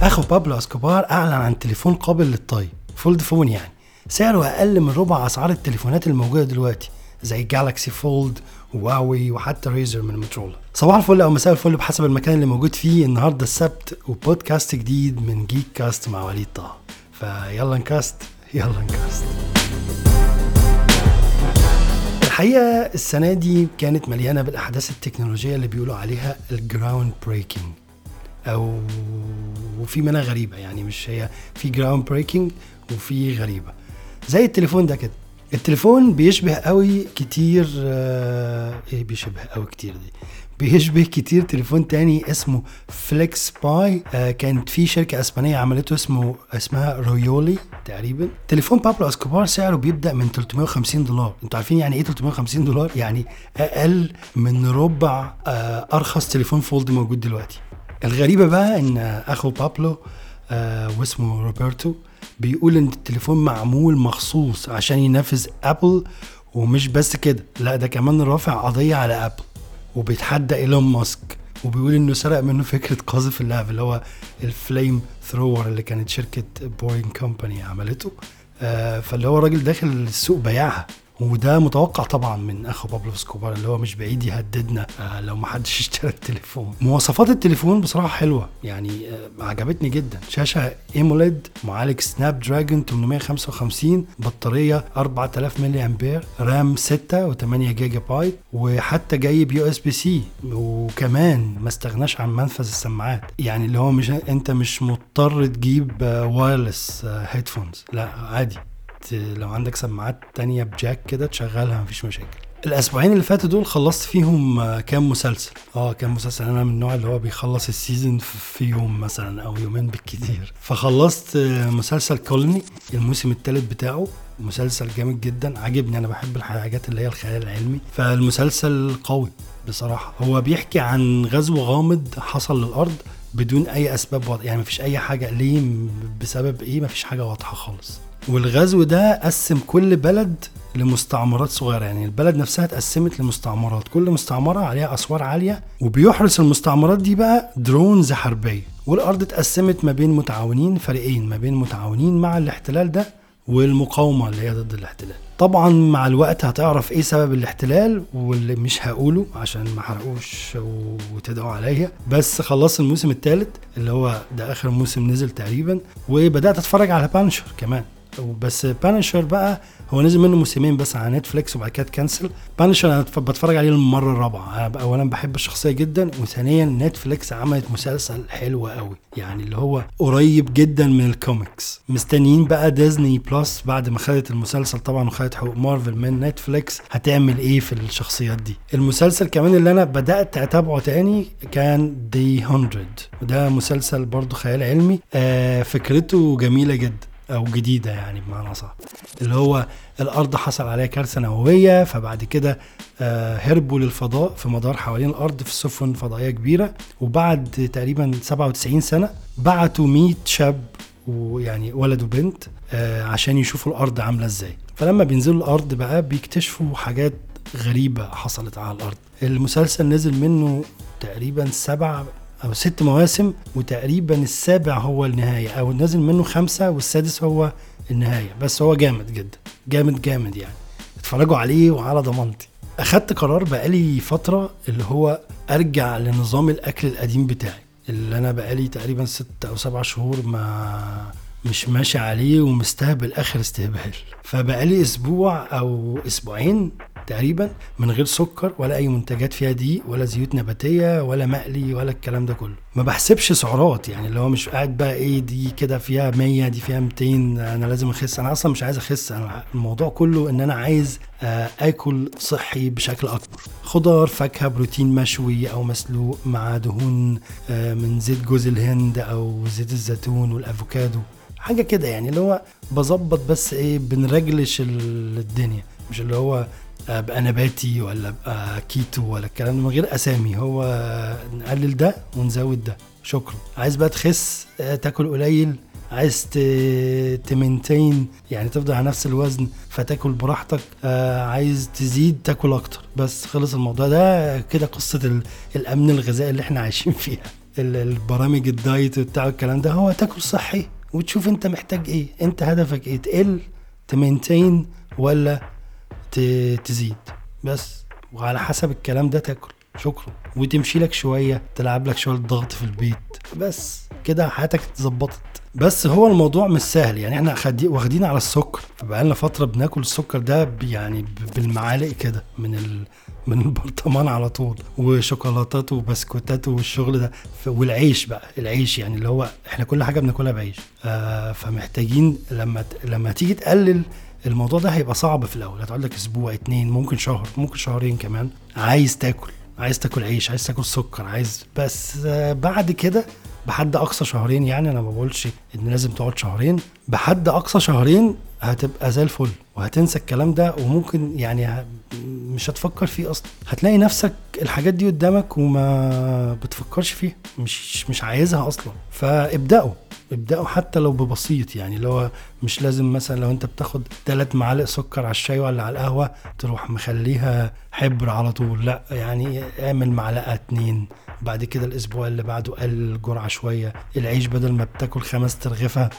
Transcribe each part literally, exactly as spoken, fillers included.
اخو بابلو اسكوبار اعلن عن تليفون قابل للطي فولد فون، يعني سعره اقل من ربع اسعار التليفونات الموجوده دلوقتي زي جالاكسي فولد وهواوي وحتى ريزر من موتورولا. صباح الفل او مساء الفل بحسب المكان اللي موجود فيه. النهارده السبت وبودكاست جديد من جيك كاست مع وليد طه، فيلا نكاست يلا نكاست. الحقيقه السنه دي كانت مليانه بالاحداث التكنولوجيه اللي بيقولوا عليها الجراوند بريكنج، او وفي منها غريبه، يعني مش هي في جراوند بريكنج وفي غريبه زي التليفون ده كده. التليفون بيشبه قوي كتير آه ايه بيشبه قوي كتير دي بيشبه كتير تليفون تاني اسمه فليكس باي. آه كانت في شركة اسبانية عملته اسمه اسمها رويولي تقريبا. تليفون بابلو اسكوبار سعره بيبدأ من ثلاثمية وخمسين دولار. انتوا عارفين يعني ايه ثلاثمية وخمسين دولار؟ يعني اقل من ربع آه ارخص تليفون فولد موجود دلوقتي. الغريبة بقى ان اخو بابلو آه واسمه روبرتو بيقول ان التليفون معمول مخصوص عشان ينافس ابل، ومش بس كده، لا ده كمان رافع قضية على ابل وبيتحدى ايلون ماسك، وبيقول انه سرق منه فكرة قاذف اللهب اللي هو الفليم ثرور اللي كانت شركة بوينج كومباني عملته. آه فاللي هو راجل داخل السوق بيعها، وده متوقع طبعا من اخو بابلو اسكوبار اللي هو مش بعيد يهددنا آه لو ما حدش اشترى التليفون. مواصفات التليفون بصراحه حلوه، يعني آه عجبتني جدا. شاشه ايموليد، معالج سناب دراجون ثمانمية وخمسة وخمسين، بطاريه أربعة آلاف ملي امبير، رام ستة وثمانية جيجا بايت، وحتى جايب يو اس بي سي، وكمان ما استغناش عن منفذ السماعات، يعني اللي هو مش انت مش مضطر تجيب آه وايرلس آه هيدفونز، لا عادي لو عندك سماعات تانية بجاك كده تشغلها مفيش مشاكل. الاسبوعين اللي فاتوا دول خلصت فيهم كام مسلسل. اه كام مسلسل. انا من النوع اللي هو بيخلص السيزن في يوم مثلا او يومين بالكتير. فخلصت مسلسل كولوني الموسم الثالث بتاعه، مسلسل جامد جدا عجبني. انا بحب الحاجات اللي هي الخيال العلمي، فالمسلسل قوي بصراحة. هو بيحكي عن غزو غامض حصل للأرض بدون اي اسباب واضحة، يعني مفيش اي حاجة ليه بسبب ايه، مفيش حاجة واضحة خالص. والغزو ده قسم كل بلد لمستعمرات صغيرة، يعني البلد نفسها اتقسمت لمستعمرات، كل مستعمرة عليها أسوار عالية، وبيحرس المستعمرات دي بقى درونز حربية. والأرض اتقسمت ما بين متعاونين، فريقين ما بين متعاونين مع الاحتلال ده والمقاومة اللي هي ضد الاحتلال. طبعا مع الوقت هتعرف ايه سبب الاحتلال، واللي مش هقوله عشان ما حرقوش وتدعوا عليا. بس خلصت الموسم الثالث اللي هو ده آخر موسم نزل تقريبا، وبدأت اتفرج على بانشر كمان. بس بانشر بقى هو نزل منه موسمين بس على نتفليكس وبعد كده كانسل. بانشر انا بتفرج عليه المره الرابعه. انا اولا بحب الشخصيه جدا، وثانيا نتفليكس عملت مسلسل حلو قوي، يعني اللي هو قريب جدا من الكوميكس. مستنيين بقى ديزني بلس بعد ما خدت المسلسل طبعا وخدت حقوق مارفل من نتفليكس هتعمل ايه في الشخصيات دي. المسلسل كمان اللي انا بدات اتابعه تاني كان دي مية، وده مسلسل برضو خيال علمي. آه فكرته جميله جدا او جديدة، يعني بمعنى صح، اللي هو الارض حصل عليها كارثة نووية، فبعد كده آه هربوا للفضاء في مدار حوالين الارض في سفن فضائية كبيرة، وبعد تقريبا سبعة وتسعين سنة بعتوا مية شاب، ويعني ولد وبنت، آه عشان يشوفوا الارض عاملة ازاي. فلما بينزلوا الارض بقى بيكتشفوا حاجات غريبة حصلت على الارض. المسلسل نزل منه تقريبا سبع او ست مواسم، وتقريبا السابع هو النهاية، او نزل منه خمسة والسادس هو النهاية. بس هو جامد جدا، جامد جامد يعني، اتفرجوا عليه وعلى ضمانتي. اخدت قرار بقالي فترة اللي هو ارجع لنظام الاكل القديم بتاعي اللي انا بقالي تقريبا ست او سبع شهور ما مش ماشي عليه ومستهبل اخر استهبال. فبقالي اسبوع او اسبوعين تقريبا من غير سكر ولا اي منتجات فيها دي ولا زيوت نباتيه ولا مقلي ولا الكلام ده كله. ما بحسبش سعرات، يعني اللي هو مش قاعد بقى ايه دي كده فيها مية دي فيها ميتين انا لازم اخس. انا اصلا مش عايز اخس، انا الموضوع كله ان انا عايز اكل صحي بشكل اكبر. خضار، فاكهه، بروتين مشوي او مسلوق مع دهون من زيت جوز الهند او زيت الزيتون والافوكادو، حاجه كده، يعني اللي هو بظبط بس ايه بنرجلش الدنيا، مش اللي هو بقى نباتي ولا بقى كيتو ولا الكلام من غير اسامي. هو نقلل ده ونزود ده، شكرا. عايز بقى تخس تاكل قليل، عايز تمنتين يعني تفضل على نفس الوزن فتاكل براحتك، عايز تزيد تاكل اكتر. بس خلص الموضوع ده كده. قصة الامن الغذائي اللي احنا عايشين فيها البرامج الدايت بتاع الكلام ده، هو تاكل صحي وتشوف انت محتاج ايه، انت هدفك ايه، تقل تمينتين ولا تزيد بس، وعلى حسب الكلام ده تاكل شكرا، وتمشي لك شوية، تلعب لك شوية ضغط في البيت، بس كده حياتك اتظبطت. بس هو الموضوع مش سهل، يعني احنا واخدين على السكر، فبقالنا فترة بناكل السكر ده يعني بالمعالق كده من ال... من البرطمان على طول، وشوكولاتات وبسكوتات والشغل ده، والعيش بقى، العيش يعني اللي هو احنا كل حاجة بناكلها بعيش. آه فمحتاجين لما لما تيجي تقلل الموضوع ده هيبقى صعب في الاول، هتقعد لك اسبوع اتنين ممكن شهر ممكن شهرين كمان عايز تاكل عايز تاكل عيش، عايز تاكل سكر، عايز بس آه بعد كده بحد اقصى شهرين، يعني انا ما بقولش ان لازم تقعد شهرين، بحد اقصى شهرين هتبقى زي الفل وهتنسى الكلام ده، وممكن يعني مش هتفكر فيه اصلا، هتلاقي نفسك الحاجات دي قدامك وما بتفكرش فيها، مش مش عايزها اصلا. فابدأوا ابدأوا حتى لو ببسيط، يعني لو مش لازم مثلا لو انت بتاخد ثلاث معالق سكر على الشاي ولا على القهوة تروح مخليها حبر على طول، لا يعني اعمل معلقة اتنين، بعد كده الاسبوع اللي بعده قلل جرعة شوية، العيش بدل ما بتاكل خمس ترغفة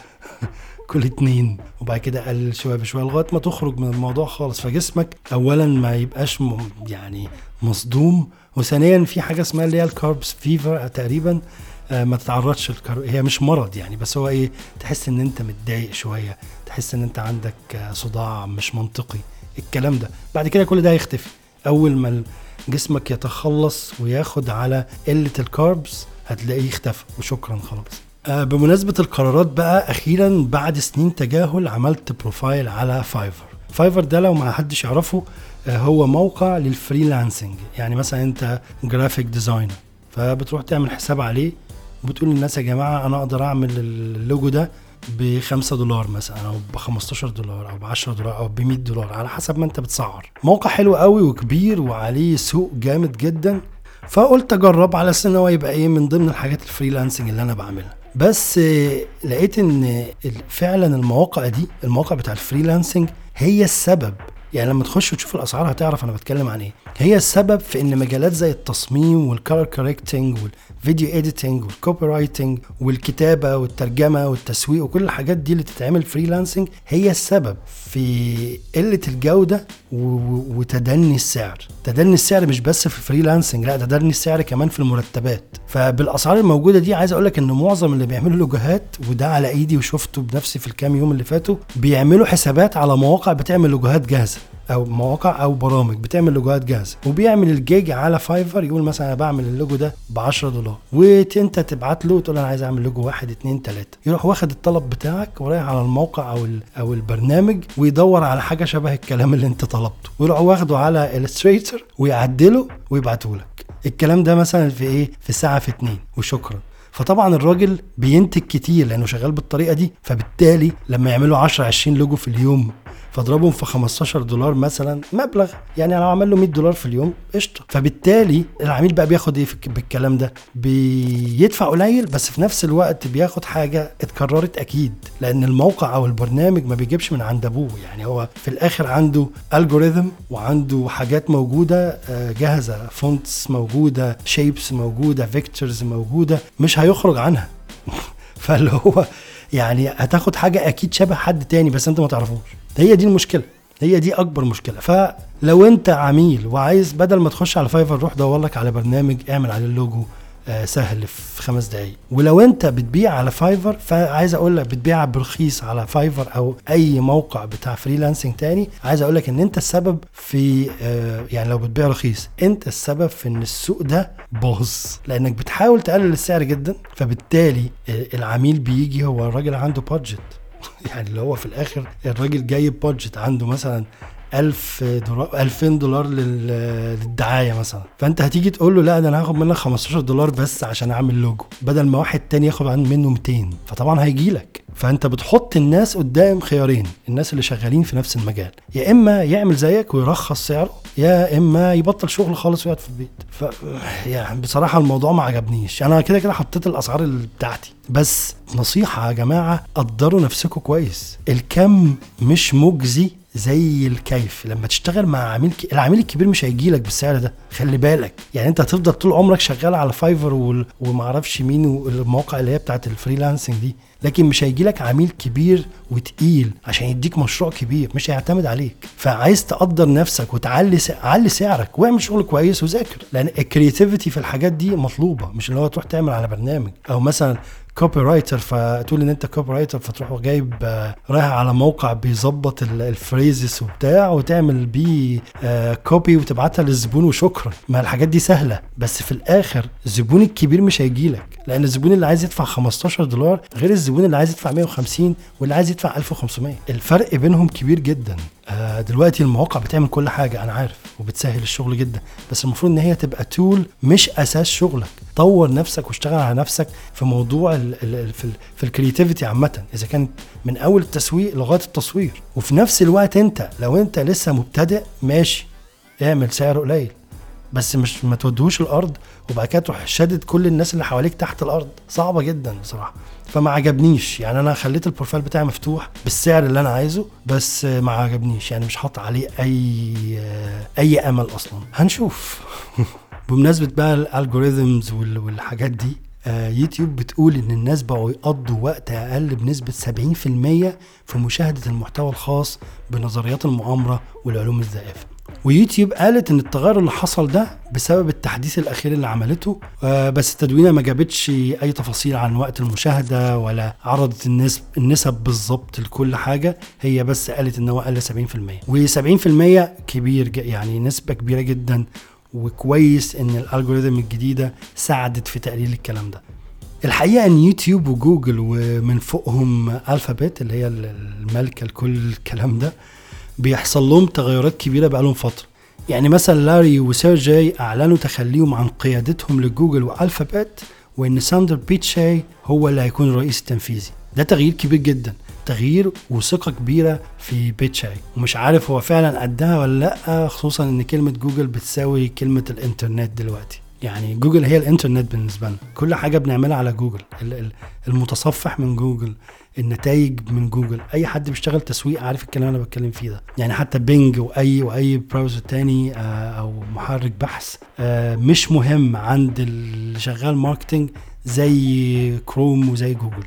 كل اتنين، وبعد كده قلل شوية بشوية لغاية ما تخرج من الموضوع خالص، فجسمك اولا ما يبقاش م... يعني مصدوم، وثانيا في حاجة اسمها اللي هي الكاربس فيفر تقريبا، ما تتعرضش الكارب، هي مش مرض يعني، بس هو ايه، تحس ان انت متضايق شوية، تحس ان انت عندك صداع مش منطقي، الكلام ده بعد كده كل ده هيختفي اول ما جسمك يتخلص وياخد على قلة الكاربس، هتلاقيه اختفى وشكرا خلاص. آه بمناسبة القرارات بقى، اخيرا بعد سنين تجاهل عملت بروفايل على فايفر. فايفر ده لو ما حدش يعرفه آه هو موقع للفريلانسنج، يعني مثلا انت جرافيك ديزاينر فبتروح تعمل حساب عليه وبتقول للناس يا جماعة انا اقدر اعمل اللوجو ده بخمسة دولار مثلا او بخمستاشر دولار او بعشرة دولار او بمية دولار على حسب ما انت بتسعر. موقع حلو قوي وكبير وعليه سوق جامد جدا، فقلت اجرب على اساس ان هو يبقى ايه من ضمن الحاجات الفريلانسنج اللي انا بعملها. بس لقيت ان فعلا المواقع دي، المواقع بتاع الفريلانسنج هي السبب، يعني لما تخش وتشوف الاسعار هتعرف انا بتكلم عن ايه، هي السبب في ان مجالات زي التصميم والكالر كوريكتنج والفيديو اديتنج والكوبي رايتنج والكتابه والترجمه والتسويق وكل الحاجات دي اللي تتعمل فريلانسنج هي السبب في قله الجوده وتدني السعر. تدني السعر مش بس في الفريلانسنج، لا تدني السعر كمان في المرتبات. فبالاسعار الموجوده دي عايز اقول لك ان معظم اللي بيعملوا لوجوهات، وده على ايدي وشفته بنفسي في الكام يوم اللي فاتوا، بيعملوا حسابات على مواقع بتعمل لوجوهات جاهزه او مواقع او برامج بتعمل لوجوهات جاهزه، وبيعمل الجيج على فايفر، يقول مثلا انا بعمل اللوجو ده بعشرة دولار، وانت تبعت له وتقول انا عايز اعمل لوجو واحد اتنين تلاته، يروح واخد الطلب بتاعك ورايح على الموقع او او البرنامج ويدور على حاجه شبه الكلام اللي انت طلبته، ويروح واخده على إليستريتور ويعدله ويبعته لك. الكلام ده مثلا في ايه، في ساعه في اتنين وشكرا. فطبعا الراجل بينتج كتير لانه شغال بالطريقه دي، فبالتالي لما يعملوا عشرة عشرين لوجو في اليوم فاضربهم في خمستاشر دولار مثلا، مبلغ يعني لو عمل له مية دولار في اليوم قشطه. فبالتالي العميل بقى بياخد ايه بالكلام ده، بيدفع قليل بس في نفس الوقت بياخد حاجه اتكررت اكيد، لان الموقع او البرنامج ما بيجيبش من عند ابوه، يعني هو في الاخر عنده الجوريثم وعنده حاجات موجوده جاهزه، فونتس موجوده، شيبس موجوده، فيكتورز موجوده، مش هيخرج عنها. فاللي هو يعني هتاخد حاجه اكيد شبه حد تاني بس انت ما تعرفوش. هي دي المشكله، هي دي اكبر مشكله. فلو انت عميل وعايز بدل ما تخش على فايفر روح دور لك على برنامج اعمل عليه اللوجو آه سهل في خمس دقايق. ولو انت بتبيع على فايفر فعايز اقول لك بتبيع برخيص على فايفر او اي موقع بتاع فريلانسنج تاني، عايز اقول لك ان انت السبب في آه يعني لو بتبيع رخيص انت السبب في ان السوق ده باظ، لانك بتحاول تقلل السعر جدا، فبالتالي آه العميل بيجي هو الراجل عنده بادجت يعني اللي هو في الاخر الراجل جايب بادجت عنده مثلا ألف دولار ألفين دولار للدعاية مثلا، فانت هتيجي تقول له لا ده انا هاخد منك خمستاشر دولار بس عشان اعمل لوجو بدل ما واحد تاني ياخد منه ميتين، فطبعا هيجي لك. فانت بتحط الناس قدام خيارين، الناس اللي شغالين في نفس المجال، يا اما يعمل زيك ويرخص سعره، يا اما يبطل شغل خالص ويقعد في البيت. ف يعني بصراحه الموضوع ما عجبنيش، انا كده كده حطيت الاسعار بتاعتي، بس نصيحه يا جماعه قدروا نفسكم كويس، الكم مش مجزي زي الكيف. لما تشتغل مع عميل ك... العميل الكبير مش هيجي لك بالسعر ده، خلي بالك. يعني انت هتفضل طول عمرك شغال على فايفر وال... ومعرفش مين والمواقع اللي هي بتاعت الفريلانسنج دي، لكن مش هيجي لك عميل كبير وتقيل عشان يديك مشروع كبير، مش هيعتمد عليك. فعايز تقدر نفسك وتعلي س... علي سعرك واعمل شغل كويس وذاكر، لان الكرياتيفيتي في الحاجات دي مطلوبه، مش اللي هو تروح تعمل على برنامج او مثلا كوبي رايتر فتقول ان انت كوبي رايتر فتروح جايب رايح على موقع بيظبط الفريزز وبتاع وتعمل بيه كوبي وتبعتها للزبون وشكرا. ما الحاجات دي سهله، بس في الاخر الزبون الكبير مش هيجيلك، لان الزبون اللي عايز يدفع خمستاشر دولار غير الزبون اللي عايز يدفع مية وخمسين واللي عايز يدفع ألف وخمسمية. الفرق بينهم كبير جدا. دلوقتي المواقع بتعمل كل حاجه انا عارف وبتسهل الشغل جدا، بس المفروض ان هي تبقى تول مش اساس شغلك. طور نفسك واشتغل على نفسك في موضوع ال ال في, ال في الكرياتيفيتي عامه، اذا كانت من اول التسويق لغايه التصوير. وفي نفس الوقت انت لو انت لسه مبتدئ ماشي اعمل سعر قليل، بس مش ما تودوش الارض وبعد كده تروح شادد كل الناس اللي حواليك تحت الارض. صعبه جدا بصراحه، فما عجبنيش. يعني انا خليت البروفايل بتاعي مفتوح بالسعر اللي انا عايزه، بس ما عجبنيش، يعني مش حاطط عليه اي اي امل اصلا. هنشوف. بمناسبه بقى الالجوريثمز والحاجات دي، يوتيوب بتقول ان الناس بقوا يقضوا وقت اقل بنسبه سبعين في المية في مشاهده المحتوى الخاص بنظريات المؤامره والعلوم الزائفه. ويوتيوب قالت ان التغير اللي حصل ده بسبب التحديث الاخير اللي عملته، بس التدوينه ما جابتش اي تفاصيل عن وقت المشاهده ولا عرضت النسب النسب بالظبط لكل حاجه، هي بس قالت ان هو قل سبعين في المية. و70 في المية كبير، يعني نسبه كبيره جدا، وكويس ان الالجوريثم الجديده ساعدت في تقليل الكلام ده. الحقيقه ان يوتيوب وجوجل ومن فوقهم الفابت اللي هي الملكه لكل الكلام ده بيحصل لهم تغيرات كبيرة بقالهم فترة. يعني مثلا لاري وسيرجي أعلنوا تخليهم عن قيادتهم لجوجل وألفابت، وإن ساندر بيتشاي هو اللي هيكون الرئيس التنفيذي. ده تغيير كبير جدا، تغيير وثقة كبيرة في بيتشاي، ومش عارف هو فعلا قدها ولا لأ، خصوصا إن كلمة جوجل بتساوي كلمة الإنترنت دلوقتي. يعني جوجل هي الإنترنت بالنسبة لنا، كل حاجة بنعملها على جوجل، المتصفح من جوجل، النتائج من جوجل. اي حد بيشتغل تسويق عارف الكلام اللي انا بتكلم فيه ده. يعني حتى بينج واي واي براوزر تاني او محرك بحث مش مهم عند اللي شغال ماركتنج زي كروم وزي جوجل.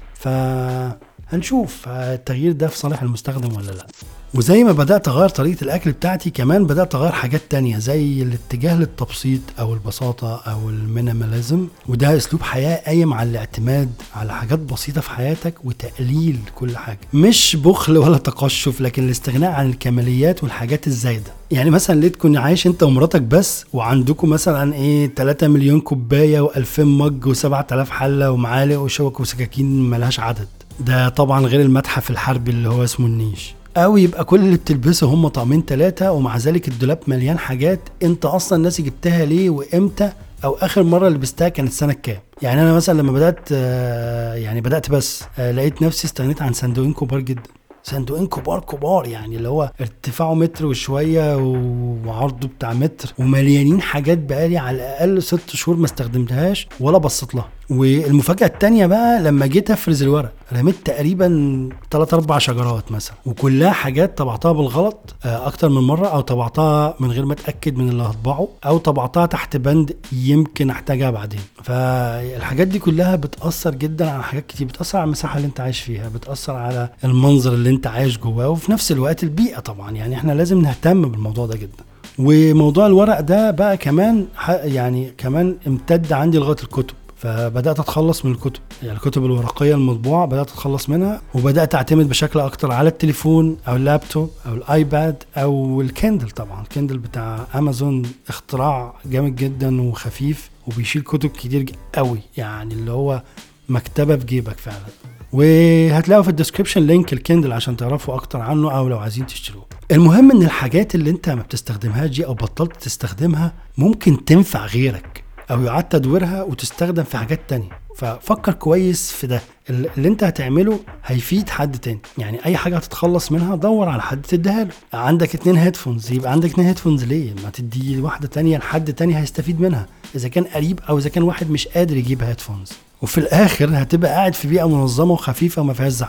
فهنشوف التغيير ده في صالح المستخدم ولا لا. وزي ما بدأت أغير طريقة الأكل بتاعتي، كمان بدأت أغير حاجات تانية زي الاتجاه للتبسيط أو البساطة أو المينيماليزم، وده أسلوب حياة قايم على الاعتماد على حاجات بسيطة في حياتك وتقليل كل حاجة. مش بخل ولا تقشف، لكن الاستغناء عن الكماليات والحاجات الزايدة. يعني مثلا ليه تكون عايش انت ومراتك بس وعندكم مثلا ايه تلاتة مليون كوباية وألفين مج وسبعة آلاف حلة ومعالق وشوك وسكاكين ملهاش عدد. ده طبعا غير المتحف الحربي اللي هو اسمه النيش. او يبقى كل اللي بتلبسه هم طقمين ثلاثة ومع ذلك الدولاب مليان حاجات انت اصلا الناس جبتها ليه وامتى او اخر مرة لبستها كانت سنة كام. يعني انا مثلا لما بدأت يعني بدأت بس لقيت نفسي استغنيت عن صندوقين كبار جدا، صندوقين كبار كبار يعني اللي هو ارتفاعه متر وشوية وعرضه بتاع متر ومليانين حاجات بقالي على الاقل ست شهور ما استخدمتهاش ولا بصيت لها. والمفاجأة التانية بقى لما جيت افرز الورق رميت تقريبا ثلاثة أربعة شجرات مثلا، وكلها حاجات طبعتها بالغلط اكتر من مرة، او طبعتها من غير ما اتأكد من اللي هطبعه، او طبعتها تحت بند يمكن احتاجها بعدين. فالحاجات دي كلها بتأثر جدا على حاجات كتير، بتأثر على المساحة اللي انت عايش فيها، بتأثر على المنظر اللي انت عايش جواه، وفي نفس الوقت البيئة طبعا. يعني احنا لازم نهتم بالموضوع ده جدا. وموضوع الورق ده بقى كمان يعني كمان امتد عندي لغاية الكتب، فبدأت أتخلص من الكتب، يعني الكتب الورقية المطبوعة بدأت أتخلص منها، وبدأت أعتمد بشكل أكتر على التليفون أو اللابتوب أو الآيباد أو الكندل. طبعا الكندل بتاع أمازون اختراع جامد جدا وخفيف وبيشيل كتب كتير قوي، يعني اللي هو مكتبة في جيبك فعلا. وهتلاقوا في الديسكريبشن لينك الكندل عشان تعرفوا أكتر عنه أو لو عايزين تشتروه. المهم إن الحاجات اللي أنت ما بتستخدمها دي أو بطلت تستخدمها ممكن تنفع غيرك او يعاد تدويرها وتستخدم في حاجات تانية. ففكر كويس في ده، اللي انت هتعمله هيفيد حد تاني. يعني اي حاجة هتتخلص منها دور على حد تديها له. عندك اتنين هيدفونز، يبقى عندك اتنين هيدفونز ليه ما تدي واحدة تانية لحد تاني هيستفيد منها، اذا كان قريب او اذا كان واحد مش قادر يجيب هيدفونز. وفي الاخر هتبقى قاعد في بيئة منظمة وخفيفة وما فيهاش زحمة.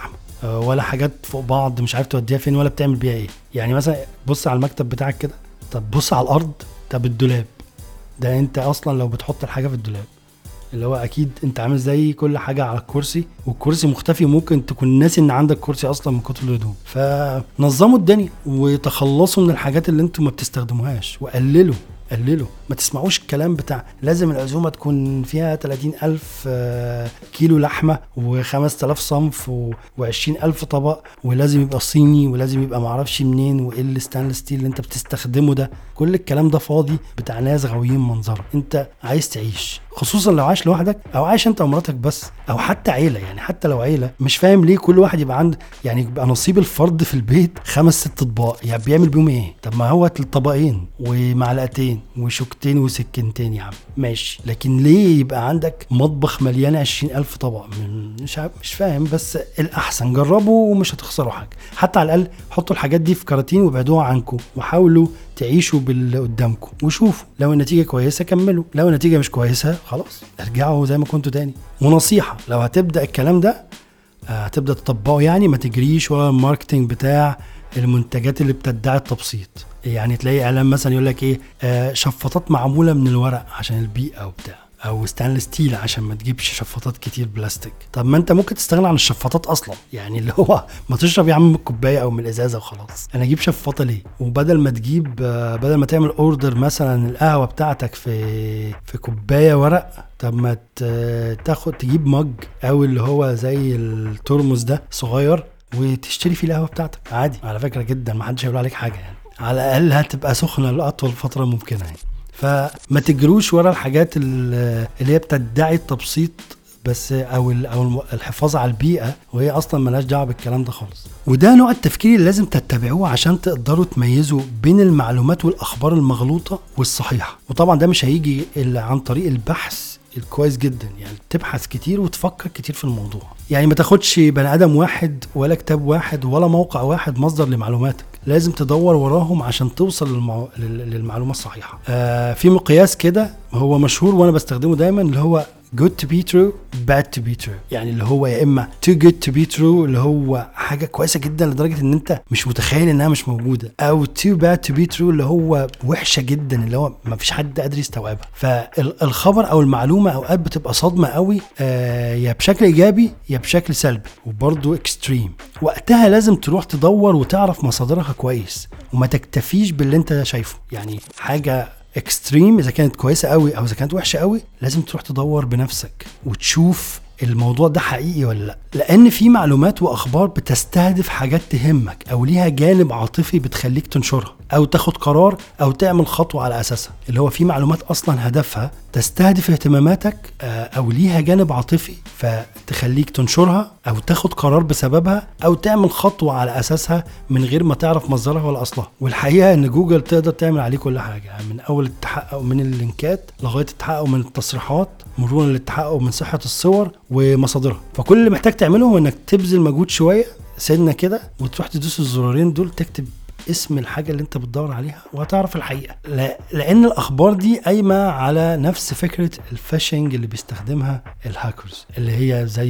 ولا حاجات فوق بعض مش عارف توديها فين ولا بتعمل بيها ايه. يعني مثلا بص على المكتب بتاعك كده، طب بص على الارض، طب الدولاب ده انت اصلا لو بتحط الحاجه في الدولاب اللي هو اكيد انت عامل زي كل حاجه على الكرسي والكرسي مختفي، ممكن تكون ناسي ان عندك كرسي اصلا من كتر الهدوم. فنظموا الدنيا وتخلصوا من الحاجات اللي انتم ما بتستخدموهاش، وقللوا قللوا. ما تسمعوش الكلام بتاع لازم العزومه تكون فيها ثلاثين ألف كيلو لحمه وخمسة آلاف صنف وعشرين ألف طبق، ولازم يبقى صيني، ولازم يبقى معرفش منين، وايه الستانلس ستيل اللي انت بتستخدمه ده. كل الكلام ده فاضي بتاع ناس غاويين منظره. انت عايز تعيش، خصوصا لو عايش لوحدك او عايش انت ومراتك بس، او حتى عيله. يعني حتى لو عيله مش فاهم ليه كل واحد يبقى عنده، يعني يبقى نصيب الفرد في البيت خمس ست اطباق، يعني بيعمل بيهم ايه؟ طب ما هو الطبقين ومعلقتين وشوكتين وسكينتين يا عم ماشي، لكن ليه يبقى عندك مطبخ مليان عشرين ألف طبق؟ مش مش فاهم. بس الاحسن جربوا ومش هتخسروا حاجه. حتى على الاقل حطوا الحاجات دي في كراتين وابعدوها عنكم، وحاولوا تعيشوا باللي قدامكم وشوفوا. لو النتيجه كويسه كملوا، لو النتيجه مش كويسه خلاص ارجعوا زي ما كنتوا تاني. ونصيحه، لو هتبدا الكلام ده هتبدا تطبقه، يعني ما تجريش ورا الماركتينج بتاع المنتجات اللي بتدعي التبسيط. يعني تلاقي اعلان مثلا يقول لك ايه، آه شفاطات معموله من الورق عشان البيئه وبتاع، او ستانلس ستيل عشان ما تجيبش شفاطات كتير بلاستيك. طب ما انت ممكن تستغنى عن الشفاطات اصلا، يعني اللي هو ما تشرب يا عم من الكوبايه او من الازازه وخلاص. انا اجيب شفاطه ليه؟ وبدل ما تجيب آه بدل ما تعمل اوردر مثلا القهوه بتاعتك في في كوبايه ورق، طب ما تاخد تجيب مج او اللي هو زي الترمس ده صغير وتشتري فيه القهوه بتاعتك عادي على فكره جدا، ما حدش هيقول عليك حاجه. يعني على الاقل هتبقى سخنه لاطول فتره ممكنه يعني. فما تجروش ورا الحاجات اللي هي بتدعي التبسيط بس، او او الحفاظ على البيئه، وهي اصلا ملهاش دعوه بالكلام ده خالص. وده نوع التفكير اللي لازم تتبعوه عشان تقدروا تميزوا بين المعلومات والاخبار المغلوطه والصحيحه. وطبعا ده مش هيجي الا عن طريق البحث الكويس جدا، يعني تبحث كتير وتفكر كتير في الموضوع. يعني ما تاخدش بني ادم واحد ولا كتاب واحد ولا موقع واحد مصدر لمعلوماتك، لازم تدور وراهم عشان توصل للمع... للمعلومه الصحيحه. آه في مقياس كده هو مشهور وانا بستخدمه دايما، اللي هو good to be true bad to be true. يعني اللي هو يا اما too good to be true اللي هو حاجه كويسه جدا لدرجه ان انت مش متخيل انها مش موجوده، او too bad to be true اللي هو وحشه جدا اللي هو ما فيش حد قادر يستوعبها. فالخبر او المعلومه اوقات بتبقى صدمه قوي، آه يا بشكل ايجابي يا بشكل سلبي، وبرضه اكستريم. وقتها لازم تروح تدور وتعرف مصادرها كويس، وما تكتفيش باللي انت شايفه. يعني حاجه اكستريم اذا كانت كويسه قوي او اذا كانت وحشه قوي، لازم تروح تدور بنفسك وتشوف الموضوع ده حقيقي ولا لا. لان في معلومات واخبار بتستهدف حاجات تهمك او ليها جانب عاطفي بتخليك تنشرها او تاخد قرار او تعمل خطوه على اساسها. اللي هو في معلومات اصلا هدفها تستهدف اهتماماتك او ليها جانب عاطفي فتخليك تنشرها او تاخد قرار بسببها او تعمل خطوه على اساسها من غير ما تعرف مصدرها ولا اصلها. والحقيقه ان جوجل تقدر تعمل عليه كل حاجه، يعني من اول التحقق من اللينكات لغايه التحقق من التصريحات، مرورا للتحقق من صحه الصور ومصادرها. فكل اللي محتاج تعمله هو انك تبذل مجهود شويه سنه كده وتروح تدوس الزرارين دول، تكتب اسم الحاجة اللي انت بتدور عليها وهتعرف الحقيقة. لا لان الاخبار دي قايمة على نفس فكرة الفاشنج اللي بيستخدمها الهاكرز، اللي هي زي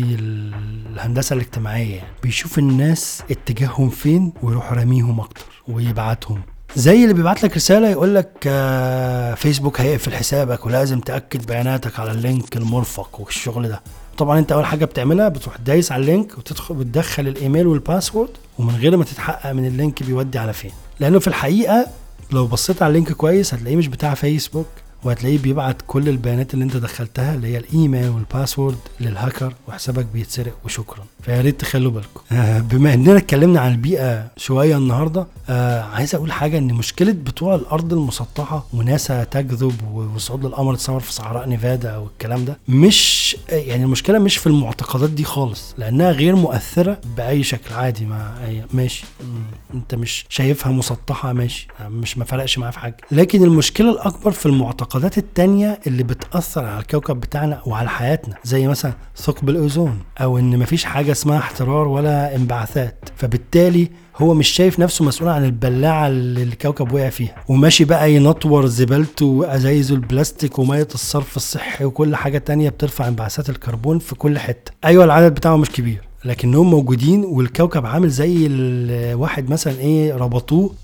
الهندسة الاجتماعية. يعني بيشوف الناس اتجاههم فين ويروح راميهم اكتر ويبعتهم. زي اللي بيبعت لك رسالة يقول لك آه فيسبوك هيقفل حسابك ولازم تأكد بياناتك على اللينك المرفق والشغل ده. طبعا انت اول حاجه بتعملها بتروح دايس على اللينك وتدخل بتدخل الايميل والباسورد، ومن غير ما تتحقق من اللينك بيودي على فين. لانه في الحقيقه لو بصيت على اللينك كويس هتلاقيه مش بتاع فيسبوك، وهتلاقيه بيبعت كل البيانات اللي انت دخلتها اللي هي الايميل والباسورد للهاكر، وحسابك بيتسرق وشكرا. فيا ريت تخلوا بالكم. آه بما اننا اتكلمنا عن البيئه شويه النهارده، آه عايز اقول حاجه، ان مشكله بتوع الارض المسطحه وناسا تكذب وصعود للقمر تصور في صحراء نيفادا او الكلام ده، مش يعني المشكله مش في المعتقدات دي خالص، لانها غير مؤثره باي شكل. عادي ما ماشي انت مش شايفها مسطحه ماشي، مش ما فرقش معاها في حاجه. لكن المشكله الاكبر في المعتقدات التانية اللي بتاثر على الكوكب بتاعنا وعلى حياتنا، زي مثلا ثقب الاوزون، او ان مفيش حاجه اسمها احترار ولا انبعاثات. فبالتالي هو مش شايف نفسه مسؤول عن البلاعه اللي الكوكب وقع فيها، وماشي بقى ينطور زبالته وازايزه البلاستيك وميه الصرف الصحي وكل حاجه تانية بترفع انبعاثات الكربون في كل حته. ايوه العدد بتاعه مش كبير، لكنهم موجودين، والكوكب عامل زي الواحد مثلا ايه ربطوه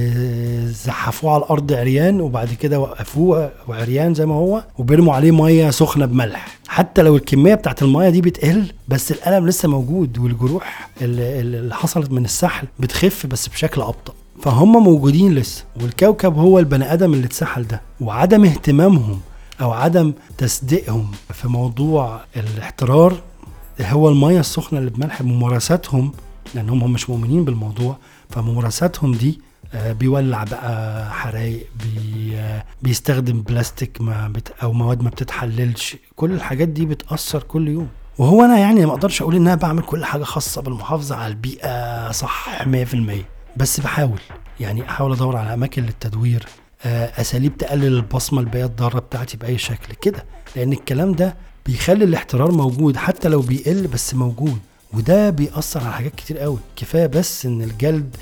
وزحفوه على الارض عريان وبعد كده وقفوه وعريان زي ما هو وبيرموا عليه ميه سخنه بملح. حتى لو الكميه بتاعت الميه دي بتقل بس الالم لسه موجود، والجروح اللي حصلت من السحل بتخف بس بشكل ابطأ. فهم موجودين لسه، والكوكب هو البني ادم اللي اتسحل ده. وعدم اهتمامهم او عدم تصديقهم في موضوع الاحترار هو المية السخنة اللي بملح، ممارساتهم لأنهم هم مش مؤمنين بالموضوع، فممارساتهم دي بيولع بقى حرايق، بي بيستخدم بلاستيك ما بت أو مواد ما بتتحللش. كل الحاجات دي بتأثر كل يوم. وهو أنا يعني ما أقدرش أقول إن أنا بعمل كل حاجة خاصة بالمحافظة على البيئة صح مية في المية، بس بحاول يعني أحاول أدور على أماكن للتدوير، أساليب تقلل البصمة البيئة الضارة بتاعتي بأي شكل كده، لأن الكلام ده بيخلي الاحترار موجود حتى لو بيقل بس موجود. وده بيأثر على حاجات كتير قوي. كفاية بس ان الجلد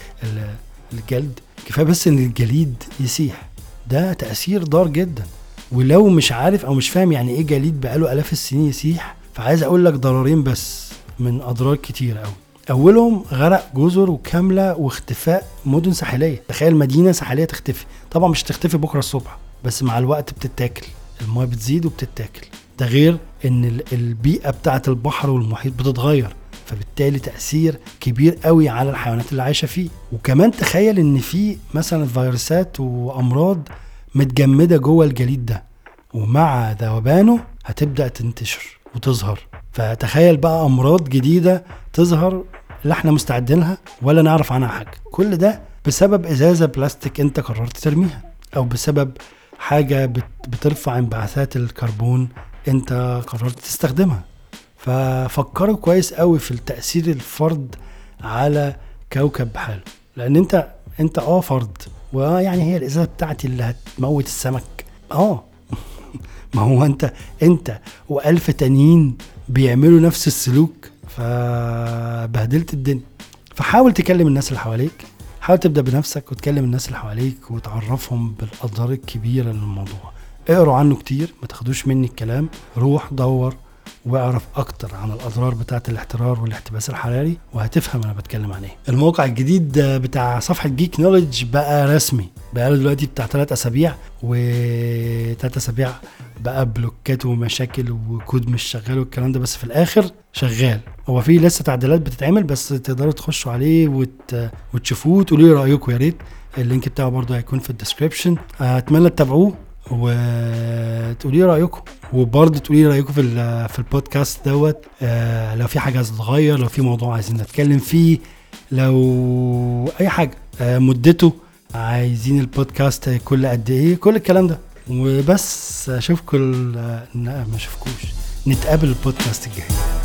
الجلد كفاية بس ان الجليد يسيح، ده تأثير ضار جدا. ولو مش عارف او مش فاهم يعني ايه جليد بقاله الاف السنين يسيح، فعايز اقول لك ضررين بس من اضرار كتير قوي. اولهم غرق جزر وكاملة واختفاء مدن ساحلية. تخيل مدينة ساحلية تختفي، طبعا مش تختفي بكرة الصبح بس مع الوقت بتتاكل، الماء بتزيد وبتتاكل. ده غير ان البيئة بتاعت البحر والمحيط بتتغير، فبالتالي تأثير كبير قوي على الحيوانات اللي عايشة فيه. وكمان تخيل ان في مثلا فيروسات وامراض متجمدة جوه الجليد ده، ومع ذوبانه هتبدأ تنتشر وتظهر. فتخيل بقى امراض جديدة تظهر لا احنا مستعدين لها ولا نعرف عنها حاجة. كل ده بسبب ازازة بلاستيك انت قررت ترميها، او بسبب حاجة بترفع انبعاثات الكربون انت قررت تستخدمها. ففكروا كويس قوي في التأثير الفرد على كوكب بحاله، لان انت انت اه فرد، ويعني هي الازازة بتاعتي اللي هتموت السمك اه ما هو انت انت والف تانيين بيعملوا نفس السلوك، فبهدلت الدنيا. فحاول تكلم الناس اللي حواليك، حاول تبدأ بنفسك وتكلم الناس اللي حواليك وتعرفهم بالأضرار الكبيرة للموضوع. اقروا عنه كتير، ما تاخدوش مني الكلام، روح دور واعرف اكتر عن الاضرار بتاعه الاحترار والاحتباس الحراري وهتفهم انا بتكلم عن ايه. الموقع الجديد بتاع صفحه جيك نوليدج بقى رسمي، بقى له دلوقتي بتاع ثلاث اسابيع، وثلاث اسابيع بقى بلوكات ومشاكل وكود مش شغال والكلام ده، بس في الاخر شغال. هو فيه لسه تعديلات بتتعمل بس تقدروا تخشوا عليه وت... وتشوفوه وتقولوا لي رايكم. يا ريت اللينك بتاعه برضو هيكون في الديسكريبشن، اتمنى تتابعوه وتقولي رايكم، وبرضه تقولي رايكم في في البودكاست دوت. آه لو في حاجه عايز تتغير، لو في موضوع عايزين نتكلم فيه، لو اي حاجه، آه مدته، عايزين البودكاست كل قد ايه، كل الكلام ده. وبس اشوفكم، ما اشوفكوش، نتقابل البودكاست الجاي.